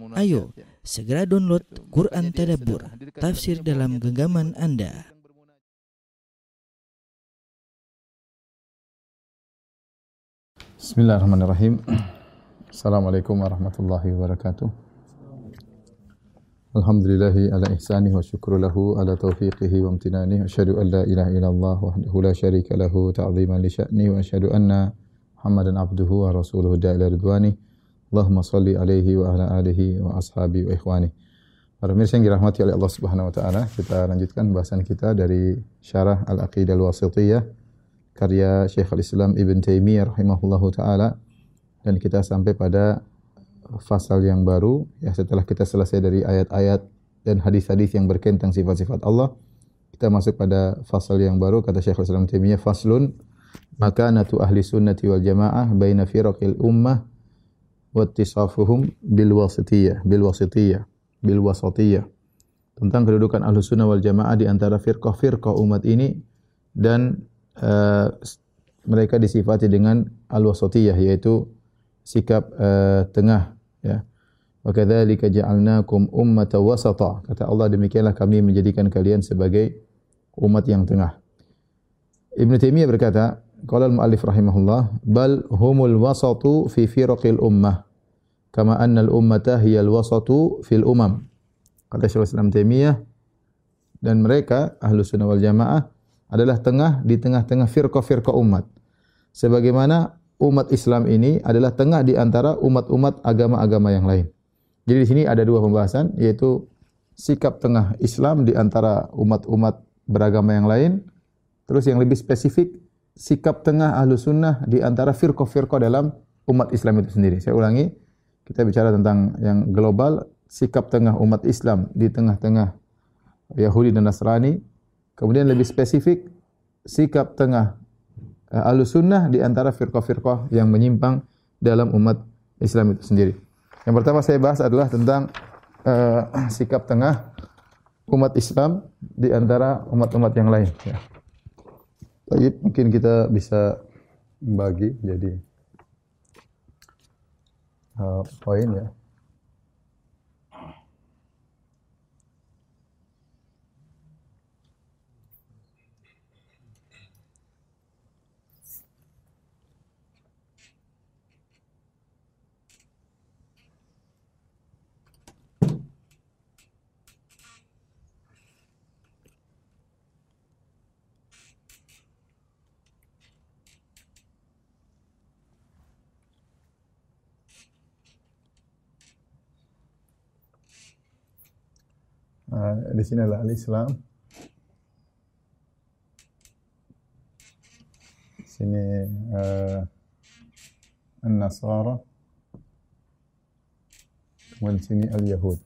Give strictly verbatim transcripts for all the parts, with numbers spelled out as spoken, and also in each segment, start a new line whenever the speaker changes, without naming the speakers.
Ayo, segera download Quran Tadabbur, tafsir dalam genggaman Anda.
Bismillahirrahmanirrahim. Assalamualaikum warahmatullahi wabarakatuh. Alhamdulillahi ala ihsanihi wa syukru lahu ala taufiqihi wa amtinanihi. Asyhadu an la ilaha illallah wahdahu la syarika lahu ta'ziman li sya'ni wa asyhadu anna Muhammadan abduhu wa rasuluhu da'ila ridwani. Allahumma salli alaihi wa ala alihi wa ashabi wa ikhwani. Para pemirsa yang dirahmati oleh Allah Subhanahu wa taala, kita lanjutkan bahasan kita dari Syarah Al-Aqidah Al-Wasithiyah karya Syekhul Islam Ibn Taimiyah rahimahullahu taala, dan kita sampai pada fasal yang baru ya, setelah kita selesai dari ayat-ayat dan hadis-hadis yang berkaitan tentang sifat-sifat Allah. Kita masuk pada fasal yang baru, kata Syekhul Islam Taimiyah, faslun makanatu ahli sunnati wal jamaah baina firaqil ummah wattisafuhum bil wasitiyah bil wasitiyah bil wasatiyah, tentang kedudukan ahlu sunnah wal jamaah di antara firqah-firqah umat ini dan uh, mereka disifati dengan al wasatiyah, yaitu sikap uh, tengah ya. Wa kadzalika ja'alnakum ummatan wasata, kata Allah, demikianlah kami menjadikan kalian sebagai umat yang tengah. Ibnu Taimiyah berkata, qala al-mu'allif rahimahullah, bal humul wasatu fi firaqil ummah kama anna al-ummata hiya al-wasatu fil umam. Kata Syekhul Islam Taimiyah, dan mereka ahlu sunnah wal jamaah adalah tengah di tengah-tengah firqah-firqah umat, sebagaimana umat Islam ini adalah tengah di antara umat-umat agama-agama yang lain. Jadi di sini ada dua pembahasan, yaitu sikap tengah Islam di antara umat-umat beragama yang lain. Terus yang lebih spesifik, sikap tengah ahlu sunnah di antara firqah-firqah dalam umat Islam itu sendiri. Saya ulangi, kita bicara tentang yang global, sikap tengah umat Islam di tengah-tengah Yahudi dan Nasrani. Kemudian lebih spesifik, sikap tengah ahlu sunnah di antara firqah-firqah yang menyimpang dalam umat Islam itu sendiri. Yang pertama saya bahas adalah tentang uh, sikap tengah umat Islam di antara umat-umat yang lain. Ya. Baik, mungkin kita bisa bagi jadi uh, poin ya. Uh, di sini adalah al-Islam. Di sini uh, an-Nasara. Kemudian di sini al-Yahud.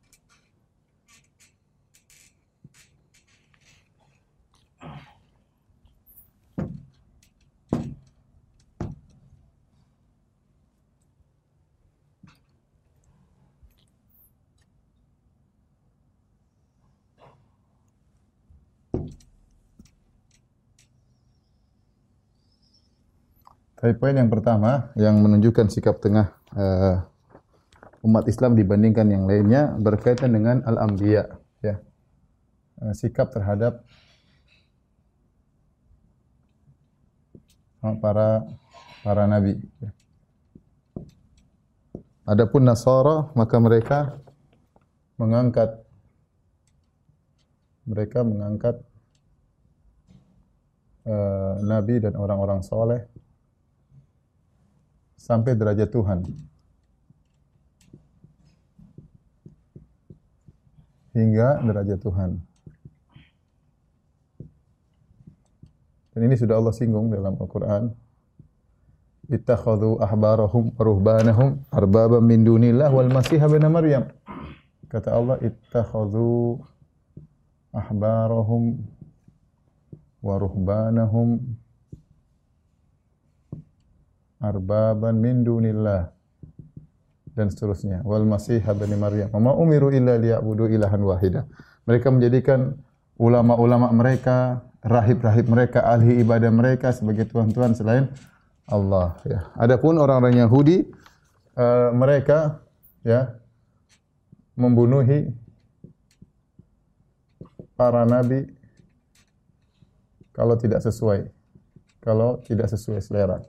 Tapi poin yang pertama yang menunjukkan sikap tengah uh, umat Islam dibandingkan yang lainnya berkaitan dengan al-anbiya, ya. Uh, sikap terhadap uh, para para nabi. Ya. Adapun Nasara, maka mereka mengangkat mereka mengangkat uh, nabi dan orang-orang soleh sampai derajat Tuhan, hingga derajat Tuhan. Dan ini sudah Allah singgung dalam Al-Quran. Ittakhadhu ahbarahum wa ruhbanahum arbaban min dunillah wal masih ibn Maryam. Kata Allah, ittakhadhu ahbarahum wa ruhbanahum arbaban min dunillah, dan seterusnya, wal masih ibn Maryam wa ma umiru illa liya'budu ilahan wahida. Mereka menjadikan ulama-ulama mereka, rahib-rahib mereka, ahli ibadah mereka sebagai tuhan-tuhan selain Allah, ya. Adapun orang-orang Yahudi, uh, mereka ya membunuhi para nabi kalau tidak sesuai, kalau tidak sesuai selera.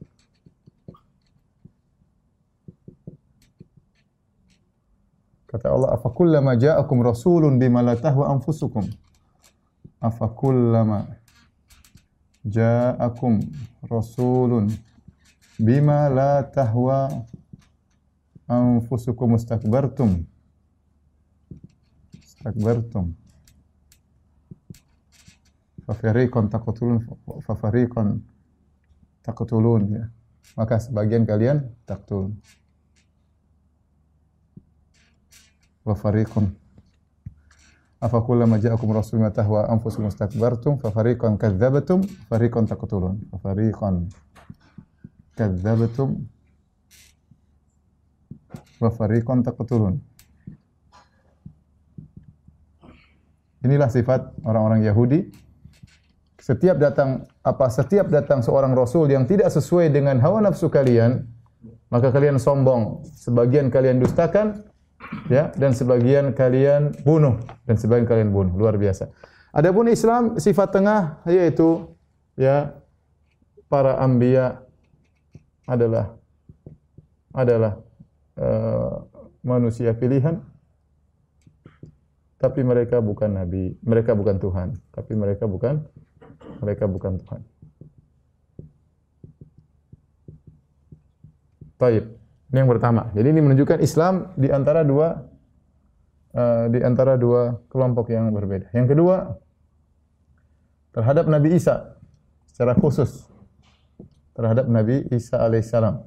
Kata Allah, afakullama ja'akum rasulun bima la tahwa anfusukum. Afakullama ja'akum rasulun bima la tahwa anfusukum mustakbartum. Mustakbartum. Fafariqan taqtulun fafariqan taqtulun ya. Maka sebagian kalian taqtulun. Wa fariqan afa kullama ja'akum rasulun ma tahwa anfusukum mustakbartum fa fariqan kadzdzabtum fariqan taqtulun fa fariqan kadzdzabtum wa fariqan taqtulun. Inilah sifat orang-orang Yahudi. Setiap datang apa setiap datang seorang rasul yang tidak sesuai dengan hawa nafsu kalian, maka kalian sombong, sebagian kalian dustakan, ya, dan sebagian kalian bunuh, dan sebagian kalian bunuh. Luar biasa. Adapun Islam sifat tengah, yaitu ya para anbiya adalah adalah uh, manusia pilihan, tapi mereka bukan nabi, mereka bukan Tuhan, tapi mereka bukan mereka bukan Tuhan. Baik. Ini yang pertama. Jadi ini menunjukkan Islam di antara dua uh, di antara dua kelompok yang berbeda. Yang kedua, terhadap Nabi Isa secara khusus, terhadap Nabi Isa alaihissalam.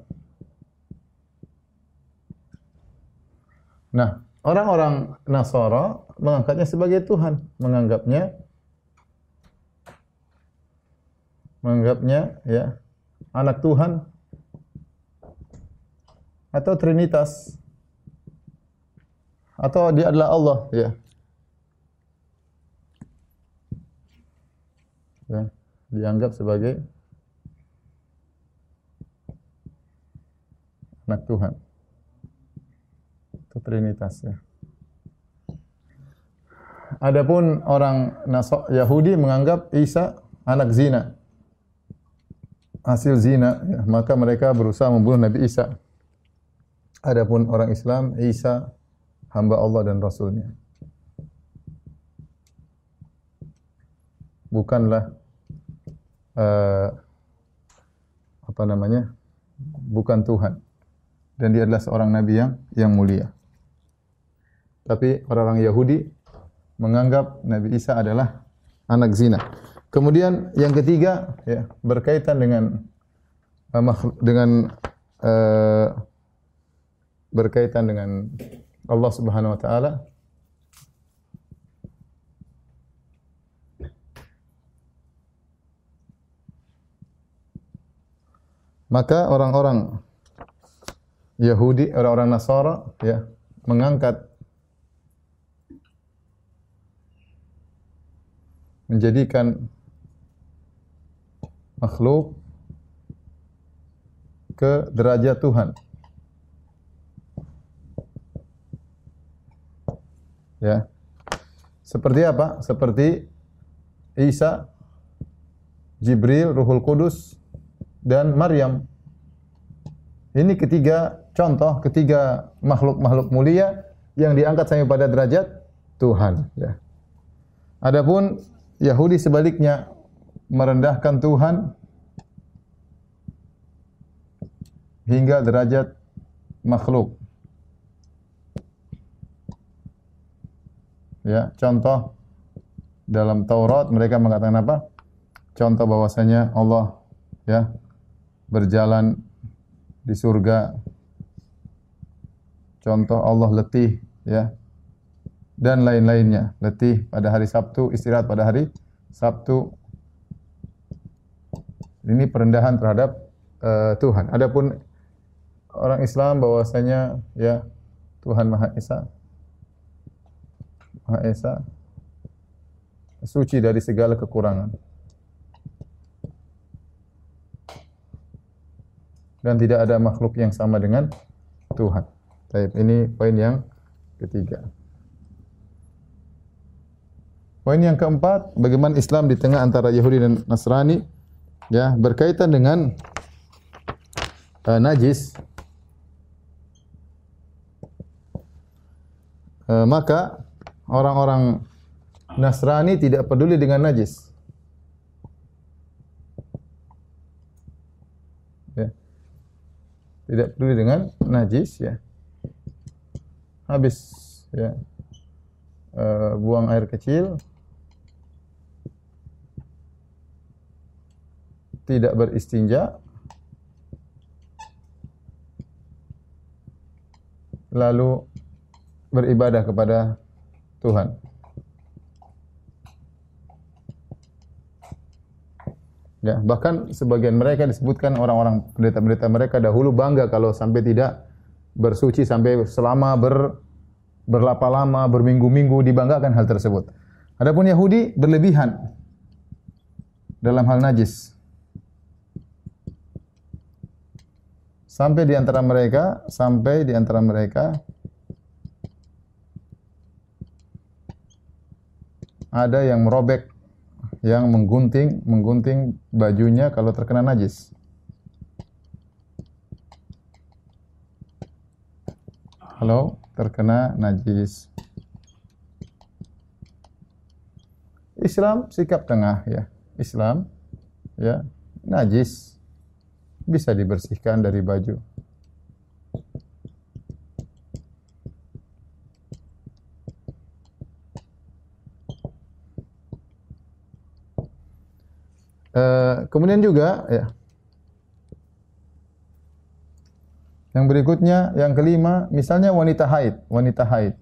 Nah, orang-orang Nasara mengangkatnya sebagai Tuhan, menganggapnya menganggapnya ya anak Tuhan atau trinitas, atau dia adalah Allah, ya. Ya, dianggap sebagai anak Tuhan atau trinitas, ya. Adapun orang Nasr Yahudi menganggap Isa anak zina, hasil zina, ya, maka mereka berusaha membunuh Nabi Isa. Adapun orang Islam, Isa hamba Allah dan Rasulnya. Bukanlah uh, apa namanya? Bukan Tuhan. Dan dia adalah seorang nabi yang yang mulia. Tapi orang-orang Yahudi menganggap Nabi Isa adalah anak zina. Kemudian yang ketiga, ya, berkaitan dengan uh, dengan uh, berkaitan dengan Allah Subhanahu wa taala. Maka orang-orang Yahudi, orang-orang Nasara, ya, mengangkat menjadikan makhluk ke derajat Tuhan. Ya. Seperti apa? Seperti Isa, Jibril, Ruhul Kudus, dan Maryam. Ini ketiga contoh, ketiga makhluk-makhluk mulia yang diangkat sampai pada derajat Tuhan, ya. Adapun Yahudi sebaliknya merendahkan Tuhan hingga derajat makhluk. Ya, contoh dalam Taurat mereka mengatakan apa? Contoh bahwasanya Allah, ya, berjalan di surga. Contoh Allah letih, ya, dan lain-lainnya. Letih pada hari Sabtu, istirahat pada hari Sabtu. Ini perendahan terhadap uh, Tuhan. Adapun orang Islam bahwasanya, ya, Tuhan Maha Esa, Maha Esa, suci dari segala kekurangan. Dan tidak ada makhluk yang sama dengan Tuhan. Baik, ini poin yang ketiga. Poin yang keempat, bagaimana Islam di tengah antara Yahudi dan Nasrani, ya, berkaitan dengan uh, najis. Uh, maka orang-orang Nasrani tidak peduli dengan najis. Ya. Tidak peduli dengan najis, ya. Habis, ya, uh, buang air kecil, tidak beristinja, lalu beribadah kepada Tuhan. Ya, bahkan sebagian mereka disebutkan orang-orang pendeta-pendeta mereka dahulu bangga kalau sampai tidak bersuci sampai selama ber, berlapa-lama, berminggu-minggu, dibanggakan hal tersebut. Adapun Yahudi berlebihan dalam hal najis. Sampai di antara mereka, sampai di antara mereka ada yang merobek, yang menggunting, menggunting bajunya kalau terkena najis. Kalau terkena najis. Islam sikap tengah, ya. Islam, ya, najis bisa dibersihkan dari baju. Uh, kemudian juga, ya, yang berikutnya, yang kelima, misalnya wanita haid, wanita haid.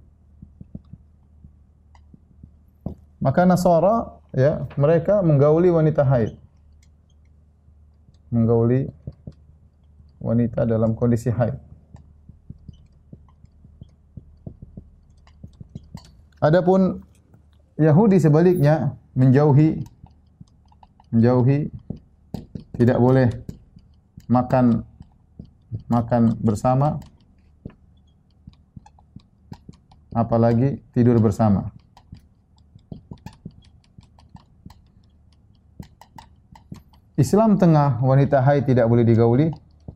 Maka Nasara, ya, mereka menggauli wanita haid, menggauli wanita dalam kondisi haid. Adapun Yahudi sebaliknya menjauhi menjauhi tidak boleh makan makan bersama, apalagi tidur bersama. Islam tengah, wanita haid tidak boleh digauli.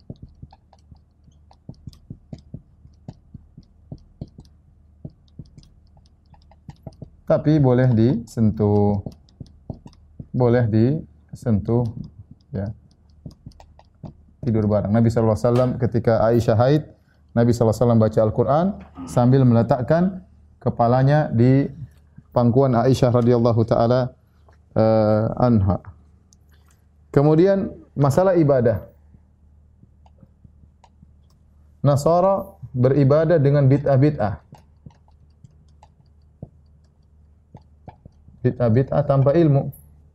Tapi boleh disentuh. Boleh disentuh, ya. Tidur bareng. Nabi sallallahu alaihi wasallam ketika Aisyah haid, Nabi sallallahu alaihi wasallam baca Al-Qur'an sambil meletakkan kepalanya di pangkuan Aisyah radhiyallahu taala uh, anha. Kemudian masalah ibadah. Nasara beribadah dengan bid'ah-bid'ah. Bid'ah-bid'ah tanpa ilmu.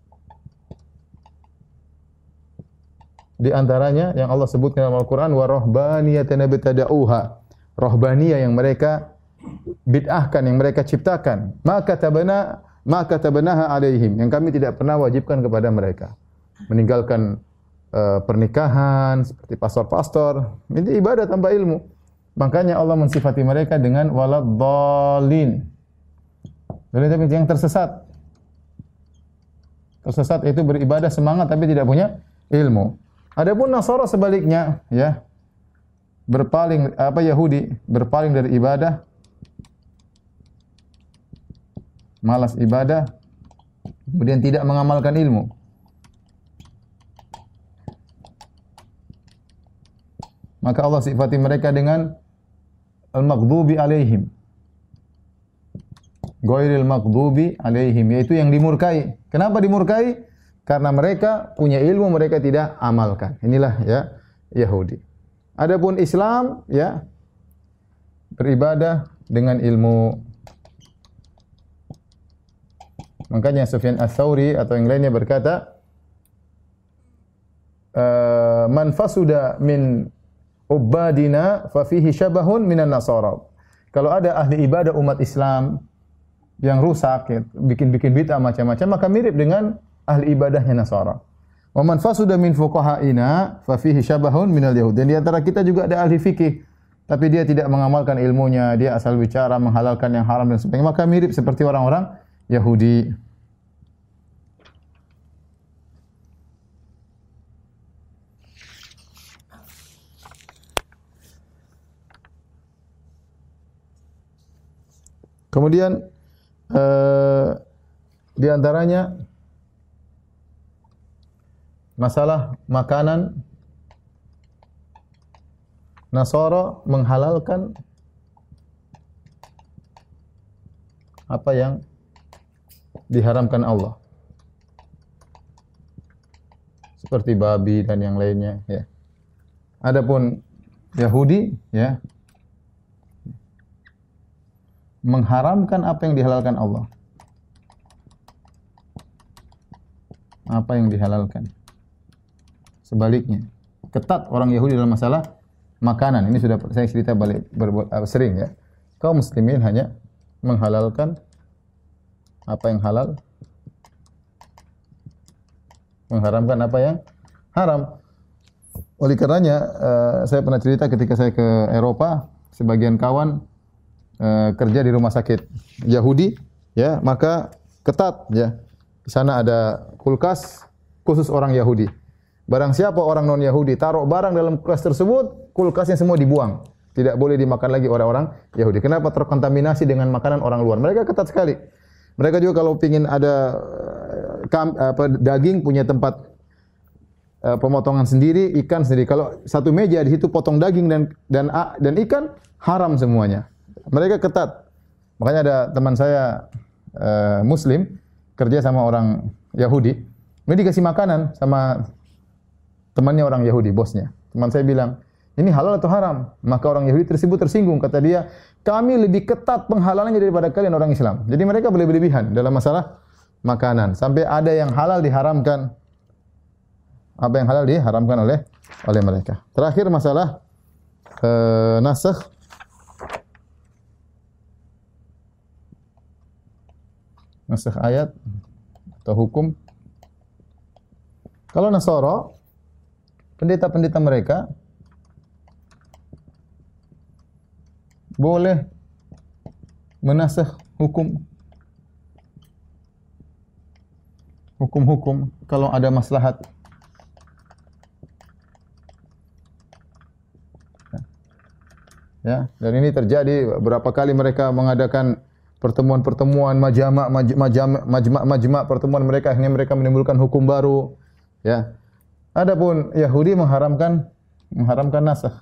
Di antaranya yang Allah sebutkan dalam Al-Qur'an, wa rahbaniyatan ibtada'uha. Rahbaniyah yang mereka bid'ahkan, yang mereka ciptakan. Maka tabana maka tabanaha alaihim, yang kami tidak pernah wajibkan kepada mereka. Meninggalkan uh, pernikahan seperti pastor-pastor, ini ibadah tanpa ilmu. Makanya Allah mensifati mereka dengan waladhdallin. Berarti yang tersesat. Tersesat itu beribadah semangat tapi tidak punya ilmu. Adapun Nasara sebaliknya, ya, berpaling, apa Yahudi berpaling dari ibadah, malas ibadah, kemudian tidak mengamalkan ilmu. Maka Allah sifati mereka dengan al-maghdubi alaihim. Ghairil maghdubi alaihim, yaitu yang dimurkai. Kenapa dimurkai? Karena mereka punya ilmu, mereka tidak amalkan. Inilah, ya, Yahudi. Adapun Islam, ya, beribadah dengan ilmu. Makanya Sufyan Ats-Tsauri atau yang lainnya berkata, man fasuda min ubadina fa fihi syabahun minan nasara. Kalau ada ahli ibadah umat Islam yang rusak, ya, bikin-bikin bid'ah macam-macam, maka mirip dengan ahli ibadahnya Nasara. Wa man fasuda min fuqaha'ina fa fihi syabahun minal yahud. Dan di antara kita juga ada ahli fikih, tapi dia tidak mengamalkan ilmunya, dia asal bicara menghalalkan yang haram dan sebagainya, maka mirip seperti orang-orang Yahudi. Kemudian eh, di antaranya masalah makanan. Nasara menghalalkan apa yang diharamkan Allah, seperti babi dan yang lainnya, ya. Adapun Yahudi, ya, mengharamkan apa yang dihalalkan Allah. Apa yang dihalalkan. Sebaliknya, ketat orang Yahudi dalam masalah makanan. Ini sudah saya cerita balik ber, sering, ya. Kaum muslimin hanya menghalalkan apa yang halal, mengharamkan apa yang haram. Oleh karenanya uh, saya pernah cerita ketika saya ke Eropa, sebagian kawan uh, kerja di rumah sakit Yahudi, ya, maka ketat, ya. Di sana ada kulkas khusus orang Yahudi. Barang siapa orang non-Yahudi taruh barang dalam kulkas tersebut, kulkasnya semua dibuang. Tidak boleh dimakan lagi oleh orang Yahudi. Kenapa? Terkontaminasi dengan makanan orang luar. Mereka ketat sekali. Mereka juga kalau ingin ada kam, apa, daging, punya tempat uh, pemotongan sendiri, ikan sendiri. Kalau satu meja di situ potong daging dan dan dan ikan, haram semuanya. Mereka ketat. Makanya ada teman saya uh, Muslim kerja sama orang Yahudi. Ini dikasih makanan sama temannya orang Yahudi, bosnya. Teman saya bilang, ini halal atau haram? Maka orang Yahudi tersebut tersinggung. Kata dia, kami lebih ketat penghalalannya daripada kalian orang Islam. Jadi mereka berlebihan dalam masalah makanan. Sampai ada yang halal diharamkan. Apa yang halal diharamkan oleh oleh mereka. Terakhir masalah uh, nasakh. Nasakh ayat atau hukum. Kalau Nasara, pendeta-pendeta mereka boleh menasakh hukum hukum-hukum kalau ada maslahat. Ya, dan ini terjadi beberapa kali mereka mengadakan pertemuan-pertemuan majma' majma' majma' majma' pertemuan mereka, akhirnya mereka menimbulkan hukum baru, ya. Adapun Yahudi mengharamkan mengharamkan nasakh.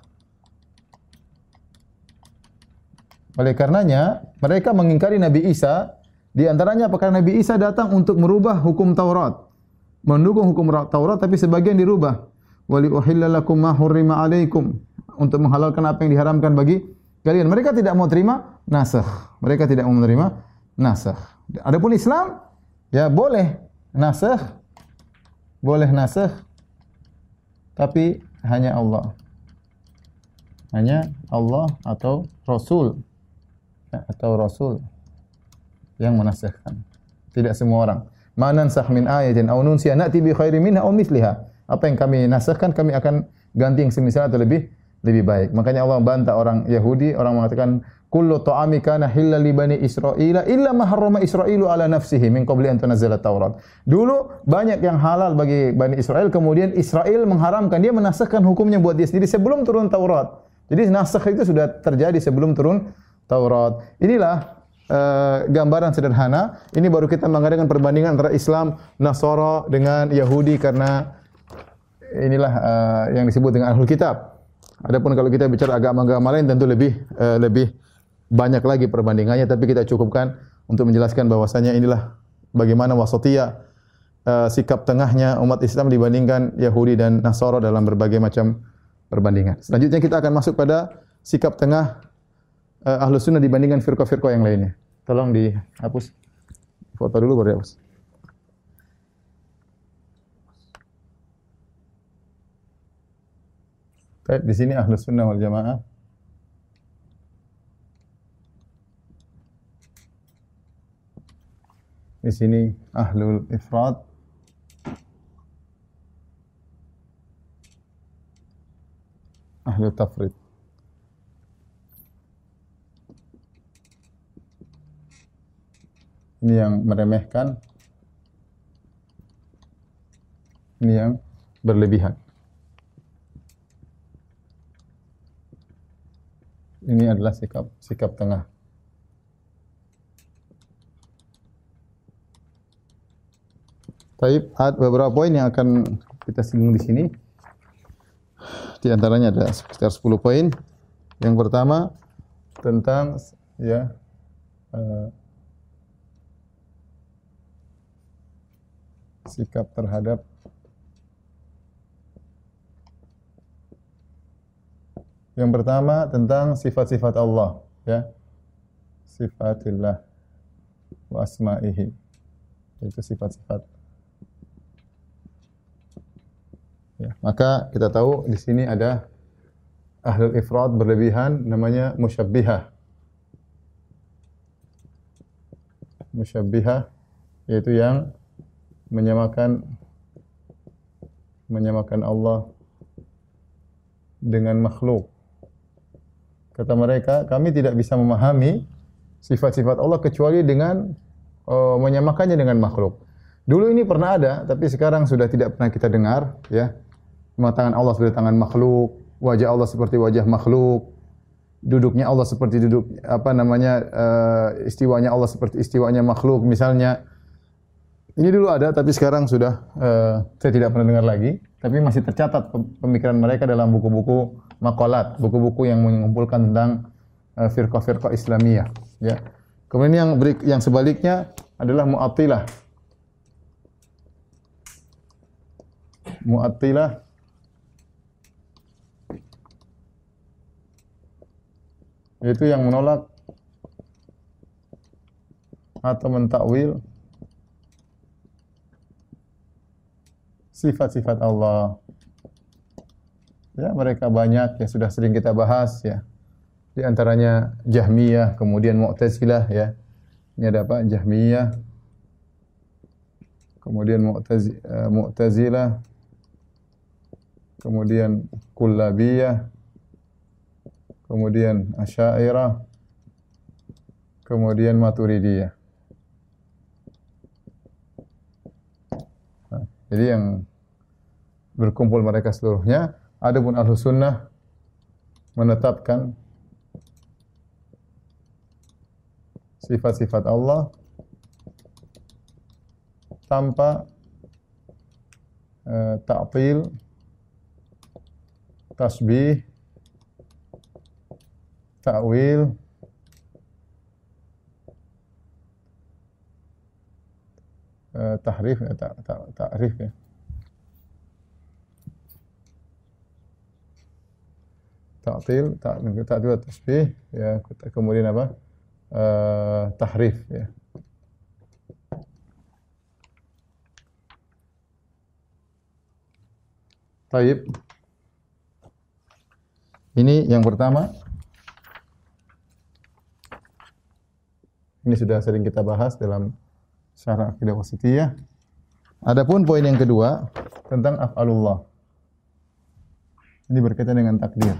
Oleh karenanya mereka mengingkari Nabi Isa, di antaranya apakah Nabi Isa datang untuk merubah hukum Taurat, mendukung hukum Taurat tapi sebagian dirubah. Wa li uhilla lakum ma hurrima alaikum, untuk menghalalkan apa yang diharamkan bagi kalian. Mereka tidak mau terima nasakh. Mereka tidak mau menerima nasakh. Adapun Islam, ya boleh nasakh, boleh nasakh, tapi hanya Allah. Hanya Allah atau Rasul, ya, atau Rasul yang menasakhkan. Tidak semua orang. Ma nansakh min ayatin aw nunsiha na'ti bi khairin minha aw mithliha. Apa yang kami nasakhkan, kami akan ganti yang semisal atau lebih lebih baik. Makanya Allah bantah orang Yahudi, orang mengatakan kullu ta'ami kana halal li bani Israila illa ma harrama Israilu ala nafsihi min qabli an tunzala Taurat. Dulu banyak yang halal bagi Bani Israel, kemudian Israel mengharamkan, dia menasakhkan hukumnya buat dia sendiri sebelum turun Taurat. Jadi nasakh itu sudah terjadi sebelum turun Taurat. Inilah uh, gambaran sederhana. Ini baru kita mengadakan perbandingan antara Islam Nasara dengan Yahudi, karena inilah uh, yang disebut dengan Ahlul Kitab. Adapun kalau kita bicara agama-agama lain tentu lebih uh, lebih banyak lagi perbandingannya, tapi kita cukupkan untuk menjelaskan bahwasanya inilah bagaimana wasatiyah, uh, sikap tengahnya umat Islam dibandingkan Yahudi dan Nasara dalam berbagai macam perbandingan. Selanjutnya kita akan masuk pada sikap tengah uh, Ahlus Sunnah dibandingkan firqah-firqah yang lainnya. Tolong dihapus foto dulu baru dihapus. Baik, di sini Ahlus Sunnah wal Jamaah. Di sini Ahlul Ifrat. Ahlul Tafrid. Ini yang meremehkan. Ini yang berlebihan. Ini adalah sikap sikap tengah. Taib, ada beberapa poin yang akan kita singgung di sini. Di antaranya ada sekitar sepuluh poin. Yang pertama tentang ya uh, sikap terhadap Yang pertama tentang sifat-sifat Allah, ya. Sifatillah wa asma'ihi. Itu sifat-sifat. Ya, maka kita tahu di sini ada ahlul ifrat berlebihan namanya musyabbihah. Musyabbihah yaitu yang menyamakan menyamakan Allah dengan makhluk. Kata mereka, kami tidak bisa memahami sifat-sifat Allah kecuali dengan uh, menyamakannya dengan makhluk. Dulu ini pernah ada, tapi sekarang sudah tidak pernah kita dengar, ya. Tangan Allah seperti tangan makhluk, wajah Allah seperti wajah makhluk, duduknya Allah seperti duduk apa namanya uh, istiwanya Allah seperti istiwanya makhluk misalnya. Ini dulu ada, tapi sekarang sudah uh, saya tidak pernah dengar lagi. Tapi masih tercatat pemikiran mereka dalam buku-buku maqalat, buku-buku yang mengumpulkan tentang uh, firqah-firqah Islamiyah. Ya. Kemudian yang berik, yang sebaliknya adalah Mu'attilah. Mu'attilah yaitu yang menolak atau mentakwil sifat-sifat Allah. Ya, mereka banyak yang sudah sering kita bahas, ya. Di antaranya Jahmiyah, kemudian Mu'tazilah, ya. Ini ada apa? Jahmiyah. Kemudian Mu'tazi, uh, Mu'tazilah. Kemudian Kullabiyah. Kemudian Asy'ariyah. Kemudian Maturidiyah. Jadi yang berkumpul mereka seluruhnya. Adapun Ahlus Sunnah menetapkan sifat-sifat Allah tanpa uh, ta'til, tasbih, ta'wil, uh, tahrif, ya, ta, ta, ta'rif ya. Ta'til, ta'til tasbih, ya, kemudian apa? Uh, tahrif, ya. Taib. Ini yang pertama. Ini sudah sering kita bahas dalam syarah Aqidah Wasithiyah. Adapun poin yang kedua tentang af'alullah. Ini berkaitan dengan takdir.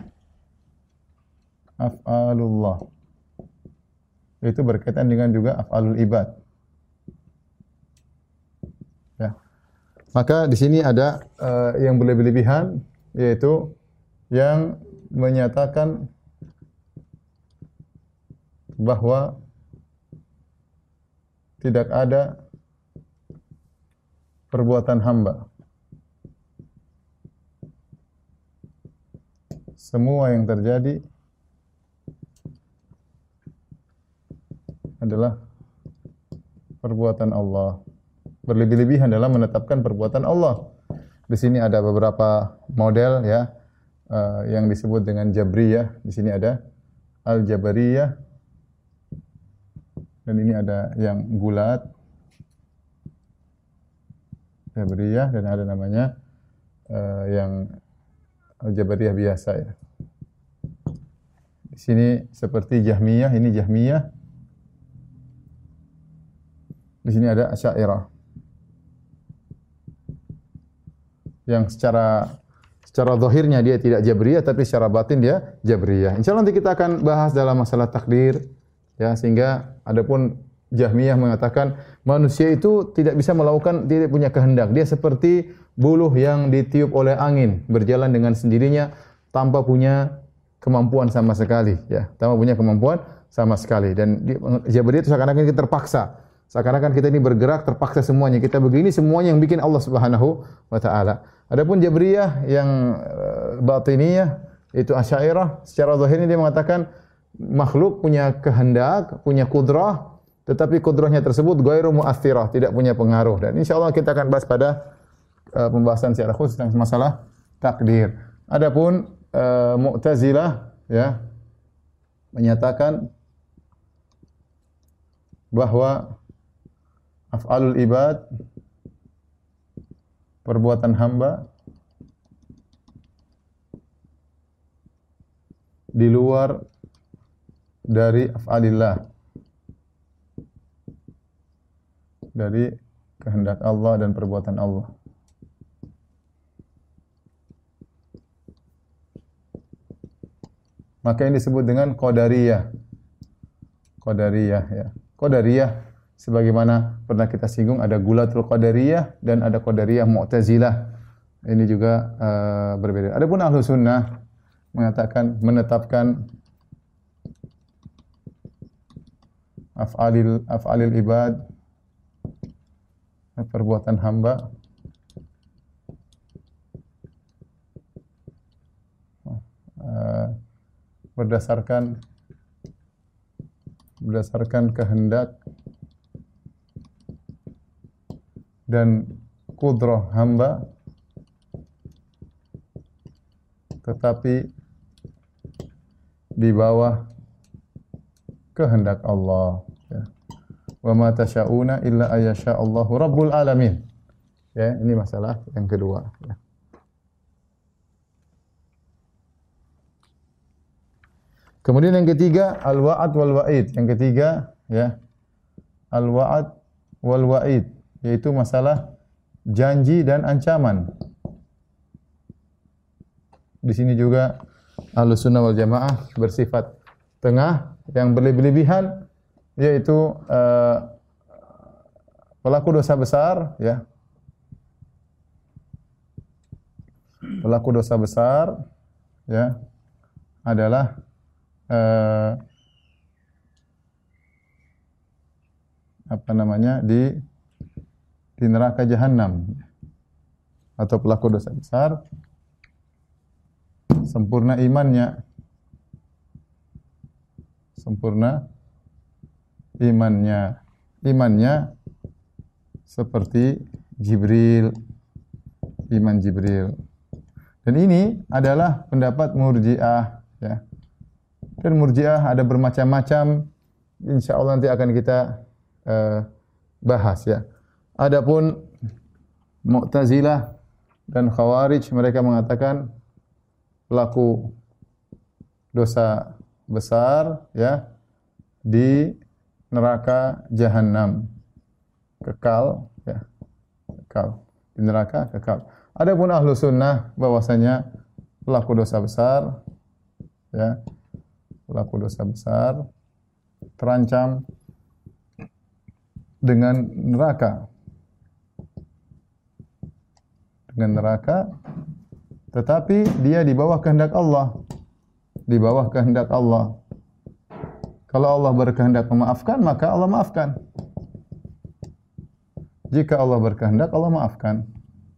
Af'alullah. Itu berkaitan dengan juga af'alul ibad. Ya. Maka di sini ada uh, yang berlebih-lebihan, yaitu yang menyatakan bahwa tidak ada perbuatan hamba. Semua yang terjadi adalah perbuatan Allah. Berlebih-lebihan dalam menetapkan perbuatan Allah. Di sini ada beberapa model, ya, uh, yang disebut dengan Jabriyah. Di sini ada Al-Jabariyah. Dan ini ada yang Gulat, Jabriyah, dan ada namanya uh, yang Al-Jabariyah biasa, ya. Di sini seperti Jahmiyah, ini Jahmiyah. Di sini ada Asy'ariyah. Yang secara secara zahirnya dia tidak Jabriyah, tapi secara batin dia Jabriyah. Insyaallah nanti kita akan bahas dalam masalah takdir, ya, sehingga adapun Jahmiyah mengatakan manusia itu tidak bisa melakukan, tidak punya kehendak. Dia seperti buluh yang ditiup oleh angin, berjalan dengan sendirinya tanpa punya kemampuan sama sekali, ya. Tanpa punya kemampuan sama sekali. Dan Jabariyah itu seakan-akan kita terpaksa. Seakan-akan kita ini bergerak terpaksa semuanya. Kita begini semuanya yang bikin Allah Subhanahu wa taala. Adapun Jabriyah yang uh, batiniyah itu Asy'ariyah, secara zahirnya dia mengatakan makhluk punya kehendak, punya kudrah, tetapi kudrahnya tersebut ghairu mu'athirah, tidak punya pengaruh. Dan insyaallah kita akan bahas pada uh, pembahasan secara khusus tentang masalah takdir. Adapun uh, Mu'tazilah ya menyatakan bahwa af'alul ibad, perbuatan hamba di luar dari af'alillah, dari kehendak Allah dan perbuatan Allah. Maka ini disebut dengan qadariyah. Qadariyah ya. Qadariyah sebagaimana pernah kita singgung, ada Gulatul Qadariyah dan ada Qadariyah Mu'tazilah. Ini juga uh, berbeda. Adapun Ahlu Sunnah mengatakan, menetapkan af'alil af'alil ibad, perbuatan hamba uh, berdasarkan berdasarkan kehendak dan kudrah hamba, tetapi di bawah kehendak Allah. Ya. Wa ma tasyauna illa ayyasha Allahu rabbul alamin. Ya, ini masalah yang kedua. Ya. Kemudian yang ketiga, al-wa'ad wal wa'id. Yang ketiga, ya, al-wa'ad wal wa'id, yaitu masalah janji dan ancaman. Di sini juga Ahlus Sunnah wal Jamaah bersifat tengah, yang berlebih-lebihan yaitu uh, pelaku dosa besar, ya. Pelaku dosa besar, ya, adalah Uh, apa namanya di di neraka jahanam, atau pelaku dosa besar sempurna imannya sempurna imannya imannya seperti Jibril, iman Jibril. Dan ini adalah pendapat Murji'ah, ya. Dan Murji'ah ada bermacam-macam, insyaallah nanti akan kita uh, bahas, ya. Adapun Mu'tazilah dan Khawarij, mereka mengatakan pelaku dosa besar, ya, di neraka jahanam kekal, ya, kekal di neraka kekal. Adapun Ahlu Sunnah bahwasanya pelaku dosa besar, ya, pelaku dosa besar terancam dengan neraka, dengan neraka, tetapi dia di bawah kehendak Allah, di bawah kehendak Allah. Kalau Allah berkehendak memaafkan, maka Allah maafkan. Jika Allah berkehendak, Allah maafkan.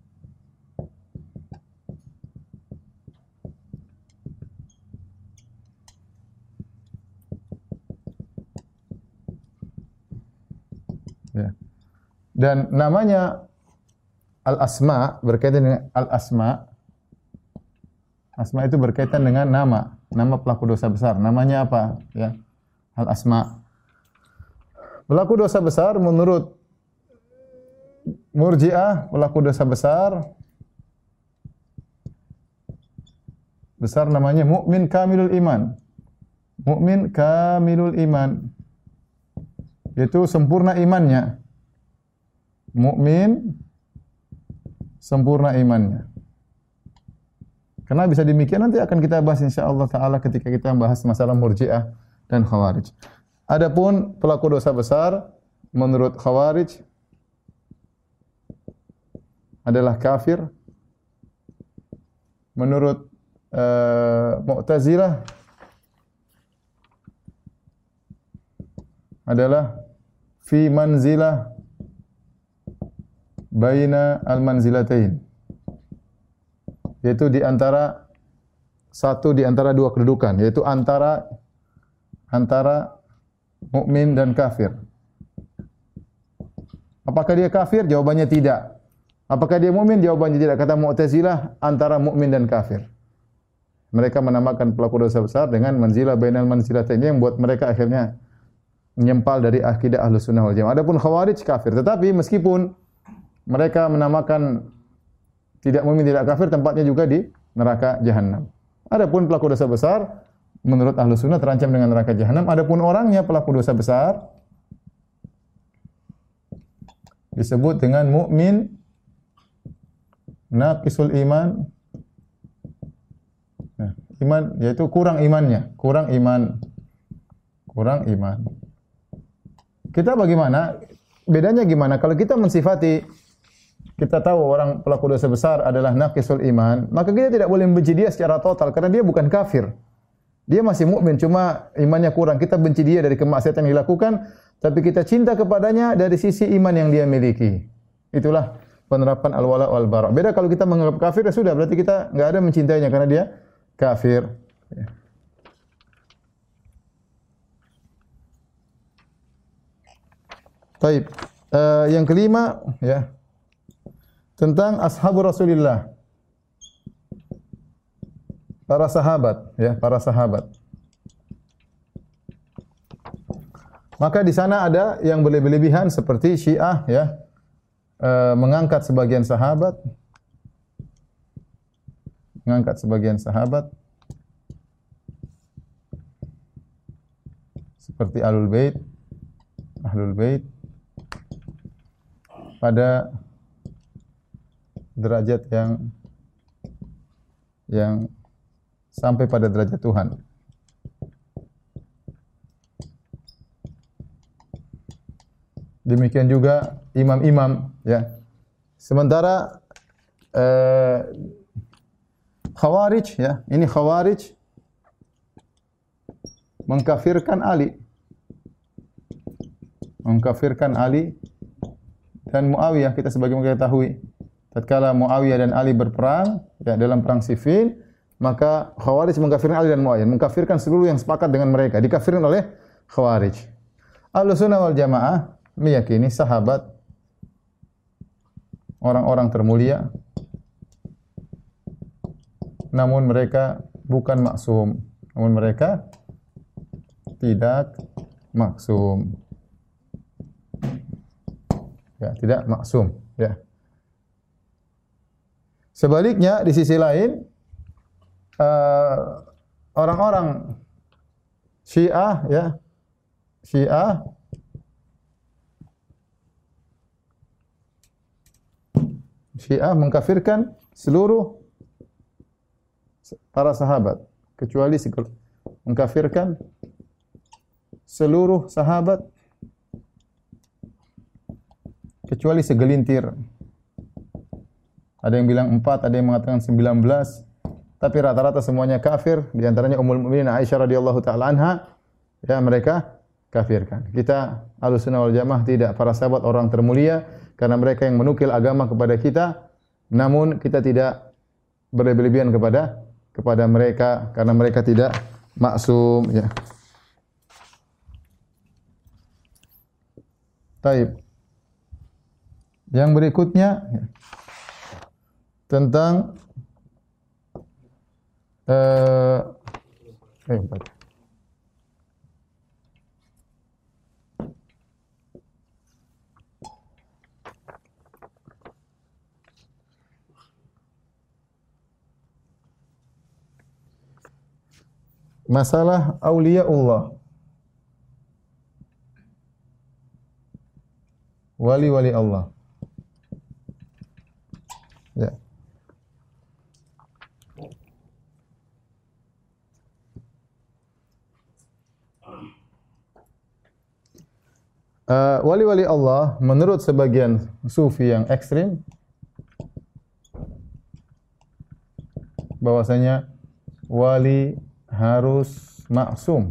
Ya. Dan namanya al-asma berkaitan dengan al-asma. Asma itu berkaitan dengan nama, nama pelaku dosa besar. Namanya apa? Ya, al-asma. Pelaku dosa besar menurut Murji'ah, pelaku dosa besar besar namanya mukmin kamilul iman. Mukmin kamilul iman, yaitu sempurna imannya. Mukmin sempurna imannya. Karena bisa demikian nanti akan kita bahas insyaallah taala ketika kita membahas masalah Murji'ah dan Khawarij. Adapun pelaku dosa besar menurut Khawarij adalah kafir. Menurut uh, Mu'tazilah adalah fi manzilah baina al-manzilatain, yaitu di antara satu di antara dua kedudukan, yaitu antara antara mukmin dan kafir. Apakah dia kafir? Jawabannya tidak. Apakah dia mukmin? Jawabannya tidak. Kata Mu'tazilah, antara mukmin dan kafir. Mereka menamakan pelaku dosa besar dengan manzilah bainal manzilatain, yang buat mereka akhirnya menyempal dari akidah Ahlus Sunnah wal Jamaah. Adapun Khawarij kafir, tetapi meskipun mereka menamakan tidak mukmin tidak kafir, tempatnya juga di neraka jahanam. Adapun pelaku dosa besar menurut Ahlus Sunnah terancam dengan neraka jahanam. Adapun orangnya pelaku dosa besar disebut dengan mukmin naqisul iman. Nah, iman yaitu kurang imannya, kurang iman. Kurang iman. Kita bagaimana? Bedanya gimana? Kalau kita mensifati, kita tahu orang pelaku dosa besar adalah naqisul iman, maka kita tidak boleh membenci dia secara total karena dia bukan kafir. Dia masih mukmin, cuma imannya kurang. Kita benci dia dari kemaksiatan yang dilakukan, tapi kita cinta kepadanya dari sisi iman yang dia miliki. Itulah penerapan al-wala wal bara. Beda kalau kita menganggap kafir, ya sudah, berarti kita enggak ada mencintainya karena dia kafir. Ya. Baik. Uh, yang kelima, ya, tentang ashabu Rasulillah, para sahabat, ya, para sahabat. Maka di sana ada yang berlebihan seperti Syiah, ya, Uh, mengangkat sebagian sahabat, mengangkat sebagian sahabat seperti Ahlul Bait, Ahlul Bait pada derajat yang yang sampai pada derajat Tuhan. Demikian juga imam-imam, ya. Sementara eh, Khawarij, ya, ini Khawarij mengkafirkan Ali. Mengkafirkan Ali dan Muawiyah. Kita sebagaimana kita ketahui, tatkala Muawiyah dan Ali berperang, ya, dalam perang Siffin, maka Khawarij mengkafirkan Ali dan Muawiyah, mengkafirkan seluruh yang sepakat dengan mereka, dikafirkan oleh Khawarij. Ahlus Sunnah wal Jamaah meyakini sahabat orang-orang termulia, namun mereka bukan maksum, namun mereka tidak maksum, ya, tidak maksum, ya. Sebaliknya di sisi lain, uh, orang-orang Syiah, ya, Syiah Syiah mengkafirkan seluruh para sahabat kecuali mengkafirkan seluruh sahabat kecuali segelintir. Ada yang bilang empat, ada yang mengatakan sembilan belas, tapi rata-rata semuanya kafir. Di antaranya Ummul Mukminin Aisyah radhiyallahu taala anha, ya, mereka kafirkan. Kita Ahlus Sunnah wal Jamaah tidak, para sahabat orang termulia karena mereka yang menukil agama kepada kita, namun kita tidak berlebihan kepada kepada mereka karena mereka tidak maksum, ya. Taib. Yang berikutnya, ya, tentang eh, eh masalah auliyaullah, wali-wali Allah, ya. uh, wali-wali Allah menurut sebagian sufi yang ekstrim bahwasanya wali harus maksum.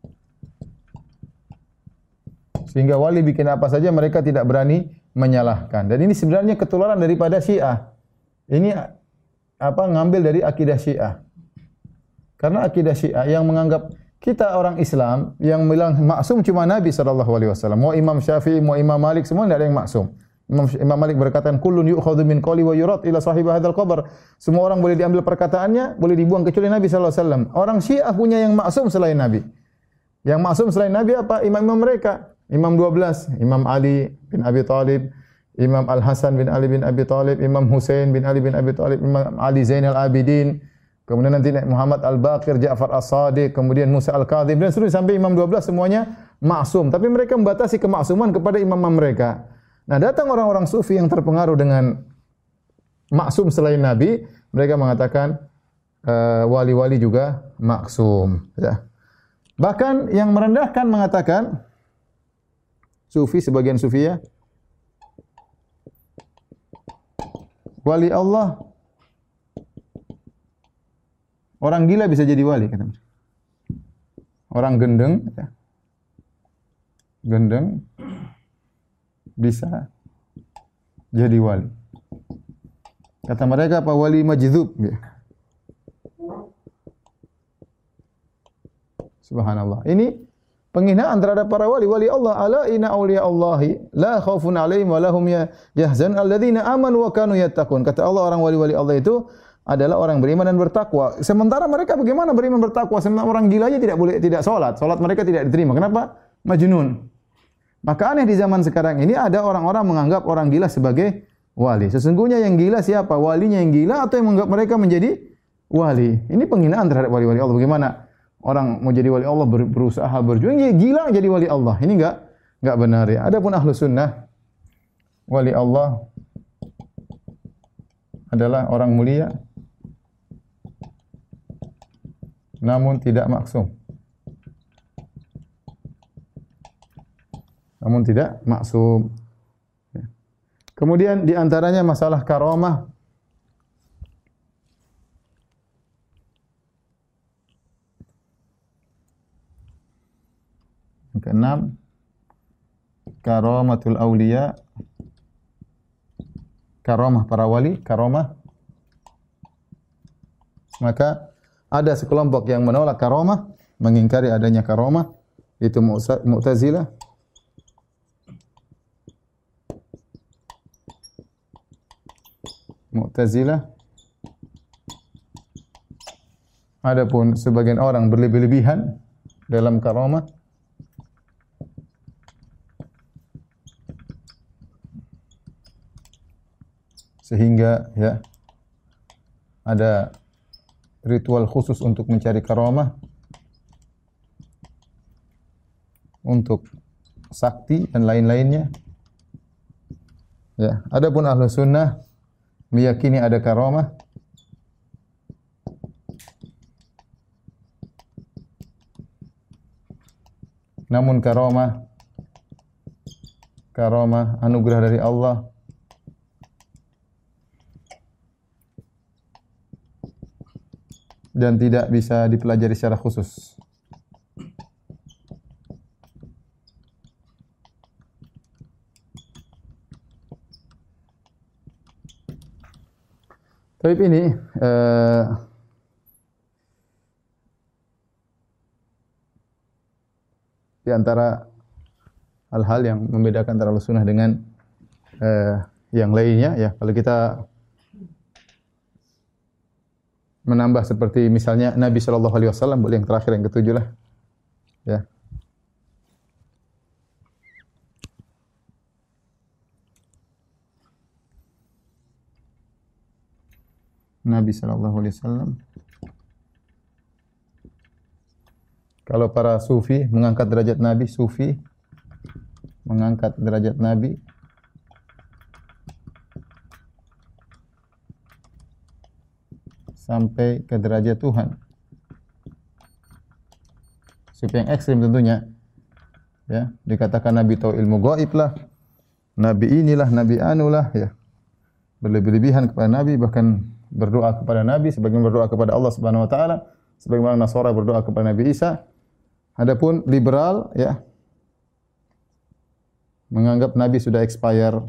Sehingga wali bikin apa saja mereka tidak berani menyalahkan. Dan ini sebenarnya ketularan daripada Syiah. Ini apa ngambil dari akidah Syiah. Karena akidah Syiah yang menganggap kita orang Islam yang bilang maksum cuma Nabi sallallahu alaihi wasallam. Mau Imam Syafi'i, mau Imam Malik semua tidak ada yang maksum. Imam, Imam Malik berkata, "Kullun yu'khadhu min qawli wa yurad ila sahib hadzal qabr." Semua orang boleh diambil perkataannya, boleh dibuang kecuali Nabi sallallahu alaihi wasallam. Orang Syiah punya yang maksum selain Nabi. Yang maksum selain Nabi apa? Imam-imam mereka. Imam dua belas, Imam Ali bin Abi Thalib, Imam Al-Hasan bin Ali bin Abi Thalib, Imam Husain bin Ali bin Abi Thalib, Imam Ali Zainal Abidin, kemudian nanti Muhammad Al-Baqir, Ja'far As-Sadiq, kemudian Musa Al-Kadhib dan seterusnya sampai Imam dua belas semuanya maksum. Tapi mereka membatasi kemaksuman kepada imam mereka. Nah, datang orang-orang sufi yang terpengaruh dengan maksum selain Nabi, mereka mengatakan uh, wali-wali juga maksum. Ya. Bahkan yang merendahkan mengatakan sufi, sebagian sufi ya, wali Allah, orang gila bisa jadi wali, kata mereka. Orang gendeng, ya. gendeng bisa jadi wali. Kata mereka apa? Wali majdzub. Ya. Subhanallah. Ini penghinaan terhadap para wali wali Allah. Ala inna auliya Allahi la khaufun alaihim wa lahum yahzan alladzina amanu wa kanu yattaqun. Kata Allah, orang wali-wali Allah itu adalah orang beriman dan bertakwa. Sementara mereka bagaimana beriman bertakwa? Sementara orang gila aja tidak boleh tidak salat. Salat mereka tidak diterima. Kenapa? Majnun. Maka aneh di zaman sekarang ini ada orang-orang menganggap orang gila sebagai wali. Sesungguhnya yang gila siapa? Walinya yang gila atau yang menganggap mereka menjadi wali? Ini penghinaan terhadap wali-wali Allah. Bagaimana orang mau jadi wali Allah ber, berusaha berjuang, ya gila jadi wali Allah. Ini enggak enggak benar ya. Adapun ahlu sunnah, wali Allah adalah orang mulia namun tidak maksum. Namun tidak maksum. Kemudian di antaranya masalah karamah. Yang keenam, karamatul auliya. Karamah para wali, karamah. Maka ada sekelompok yang menolak karamah, mengingkari adanya karamah, itu Mu'tazilah. Mu'tazilah. Adapun sebagian orang berlebih-lebihan dalam karamah. Sehingga ya ada ritual khusus untuk mencari karamah, untuk sakti dan lain-lainnya. Ya, adapun ahlu sunnah meyakini ada karamah, namun karamah karamah anugerah dari Allah dan tidak bisa dipelajari secara khusus. Tapi ini uh, di antara hal-hal yang membedakan antara sunnah dengan uh, yang lainnya ya. Kalau kita menambah seperti misalnya Nabi shallallahu alaihi wasallam, boleh yang terakhir yang ketujuh lah. Ya. Nabi shallallahu alaihi wasallam. Kalau para sufi mengangkat derajat Nabi, sufi mengangkat derajat Nabi sampai ke derajat Tuhan. Sufi yang ekstrim tentunya. ya. Dikatakan Nabi tahu ilmu gaib lah. Nabi inilah, Nabi anulah, ya. Berlebih-lebihan kepada Nabi, bahkan berdoa kepada Nabi sebagaimana berdoa kepada Allah Subhanahu wa taala, sebagaimana Nasara berdoa kepada Nabi Isa. Adapun liberal, ya, menganggap Nabi sudah expire.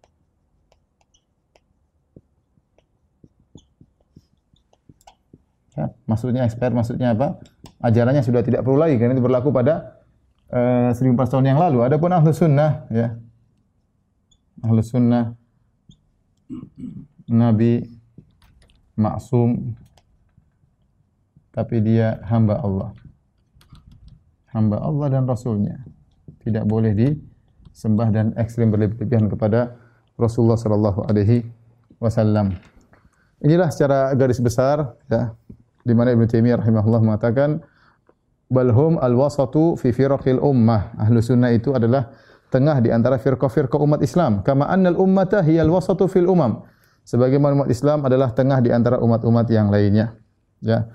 Ya, maksudnya expire maksudnya apa? Ajarannya sudah tidak perlu lagi, karena itu berlaku pada uh, seribu empat ratus tahun yang lalu. Adapun Ahlus Sunnah, ya, Ahlus Sunnah, Nabi maksum, tapi dia hamba Allah, hamba Allah dan Rasulnya, tidak boleh disembah dan ekstrim berlebihan kepada Rasulullah sallallahu alaihi wasallam. Inilah secara garis besar, ya, di mana Ibnu Taimiyah rahimahullah mengatakan balhum al-wasatu fi firaqil ummah. Ahlus Sunnah itu adalah tengah di antara firqah-firqah umat Islam. Kama annal ummata hiyal wasatu fil umam. Sebagaimana umat Islam adalah tengah di antara umat-umat yang lainnya. Ya.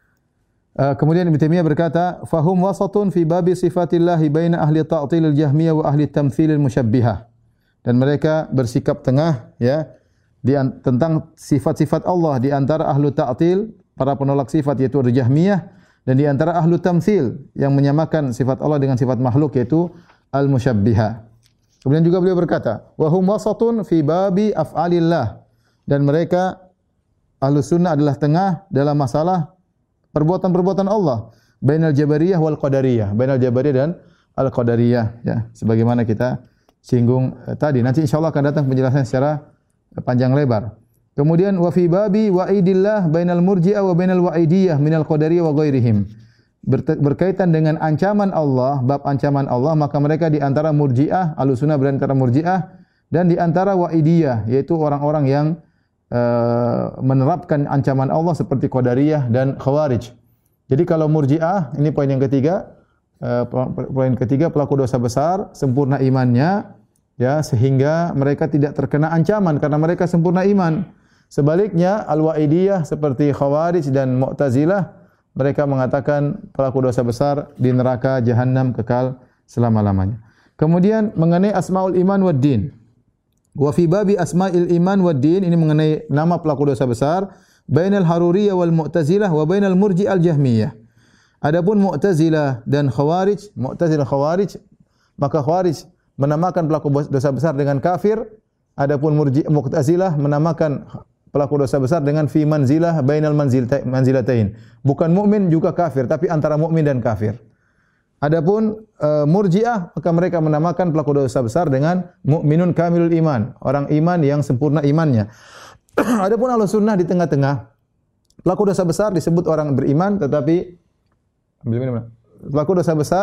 Uh, kemudian Ibnu Taimiyah berkata, fahum wasatun fi babi sifatillahi baina ahli ta'tilil jahmiyah wa ahli tamtsilil musyabbihah. Dan mereka bersikap tengah, ya, di an- tentang sifat-sifat Allah di antara ahlu ta'til, para penolak sifat yaitu Jahmiyah, dan di antara ahlu tamtsil yang menyamakan sifat Allah dengan sifat makhluk yaitu al-musyabbihah. Kemudian juga beliau berkata, wa hum wasatun fi babi af'alillah, dan mereka ahlu sunnah adalah tengah dalam masalah perbuatan-perbuatan Allah, bainal jabariyah wal qadariyah, bainal jabariyah dan al-qadariyah, ya, sebagaimana kita singgung eh, tadi. Nanti insyaallah akan datang penjelasan secara panjang lebar. Kemudian wa fi babi wa'idillah bainal murji'ah wa bainal wa'idiyah minal qadariyah wa ghairihim. Berkaitan dengan ancaman Allah, bab ancaman Allah, maka mereka di antara murji'ah, Ahlussunnah berada di antara murji'ah, dan di antara wa'idiyah, yaitu orang-orang yang uh, menerapkan ancaman Allah seperti qadariyah dan khawarij. Jadi kalau murji'ah, ini poin yang ketiga, uh, poin ketiga, pelaku dosa besar, sempurna imannya, ya, sehingga mereka tidak terkena ancaman karena mereka sempurna iman. Sebaliknya al-wa'idiyah seperti Khawarij dan Mu'tazilah, mereka mengatakan pelaku dosa besar di neraka jahanam kekal selama-lamanya. Kemudian mengenai asmaul iman wad din. Wa fi babi asmail iman wad din, ini mengenai nama pelaku dosa besar, bainal haruriyah wal mu'tazilah wa bainal murji'al jahmiyah. Adapun Mu'tazilah dan Khawarij, Mu'tazilah Khawarij, maka Khawarij menamakan pelaku dosa besar dengan kafir, adapun Murji' Mu'tazilah menamakan pelaku dosa besar dengan fi manzilah bainal manzilatain. Bukan mukmin juga kafir, tapi antara mukmin dan kafir. Adapun uh, Murji'ah, maka mereka menamakan pelaku dosa besar dengan mukminun kamilul iman, orang iman yang sempurna imannya. Adapun Ahlus Sunnah di tengah-tengah. Pelaku dosa besar disebut orang beriman, tetapi ambil minum. Pelaku dosa besar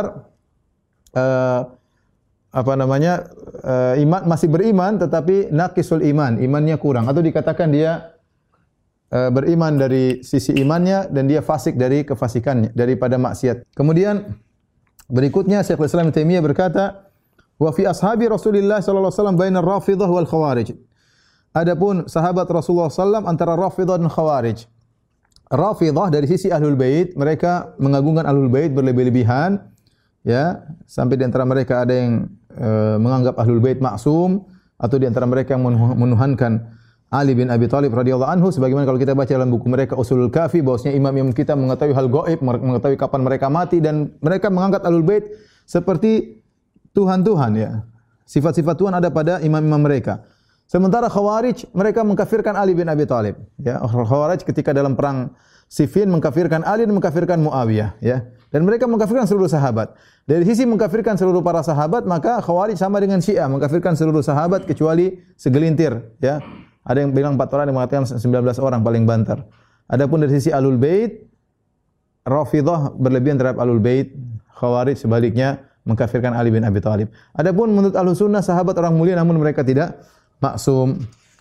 uh, apa namanya, uh, iman, masih beriman tetapi naqisul iman, imannya kurang, atau dikatakan dia uh, beriman dari sisi imannya dan dia fasik dari kefasikannya, daripada maksiat. Kemudian berikutnya Syekhul Islam Ibnu Taimiyah berkata, wa fi ashabi Rasulillah sallallahu alaihi wasallam bainar Rafidhah wal Khawarij. Adapun sahabat Rasulullah sallallahu alaihi wasallam antara Rafidhah dan Khawarij. Rafidhah dari sisi Ahlul Bait, mereka mengagungkan Ahlul Bait berlebih-lebihan, ya, sampai di antara mereka ada yang uh, menganggap Ahlul Bait maksum, atau di antara mereka yang menuhankan Ali bin Abi Thalib radhiyallahu anhu, sebagaimana kalau kita baca dalam buku mereka Ushulul Kafi, bahwasanya imam-imam kita mengetahui hal gaib, mengetahui kapan mereka mati, dan mereka mengangkat Ahlul Bait seperti Tuhan-Tuhan, ya. Sifat-sifat Tuhan ada pada imam-imam mereka. Sementara Khawarij, mereka mengkafirkan Ali bin Abi Thalib, ya. Khawarij ketika dalam perang Siffin mengkafirkan Ali dan mengkafirkan Muawiyah, ya. Dan mereka mengkafirkan seluruh sahabat. Dari sisi mengkafirkan seluruh para sahabat, maka Khawarij sama dengan Syiah, mengkafirkan seluruh sahabat kecuali segelintir, ya. Ada yang bilang empat orang, yang mengatakan sembilan belas orang paling banter. Adapun dari sisi Ahlul Bait, Rafidhah berlebihan terhadap Ahlul Bait, Khawarij sebaliknya mengkafirkan Ali bin Abi Thalib. Adapun menurut Ahlus Sunnah, sahabat orang mulia namun mereka tidak maksum.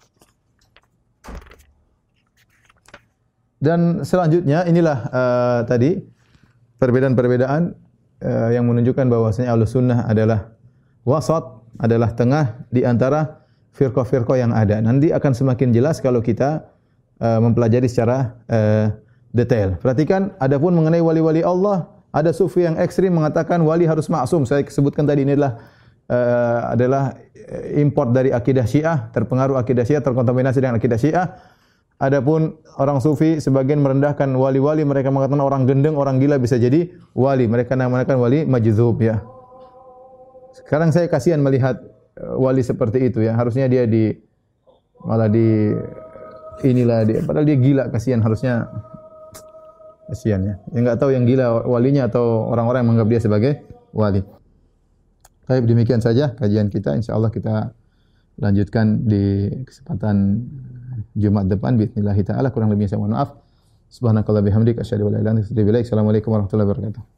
Dan selanjutnya inilah uh, tadi perbedaan-perbedaan uh, yang menunjukkan bahwasanya Ahlus Sunnah adalah wasat, adalah tengah di antara firqah-firqah yang ada. Nanti akan semakin jelas kalau kita uh, mempelajari secara uh, detail. Perhatikan, adapun mengenai wali-wali Allah, Ada sufi yang ekstrim mengatakan wali harus maksum. Saya sebutkan tadi ini adalah uh, adalah import dari akidah Syiah, terpengaruh akidah Syiah, terkontaminasi dengan akidah Syiah. Adapun orang sufi sebagian merendahkan wali-wali, mereka mengatakan orang gendeng, orang gila bisa jadi wali. Mereka namakan wali majdzub ya. Sekarang saya kasihan melihat wali seperti itu ya. Harusnya dia di malah di inilah dia, padahal dia gila, kasihan, harusnya kasihan ya. Yang enggak tahu yang gila walinya atau orang-orang yang menganggap dia sebagai wali. Baik, demikian saja kajian kita. Insyaallah kita lanjutkan di kesempatan Jumat depan bismillah taala. Kurang lebihnya saya mohon maaf. Subhanakallah bihamdik asyhadu an la ilaha illa anta astaghfiruka wa atubu ilaik. Assalamualaikum warahmatullahi wabarakatuh.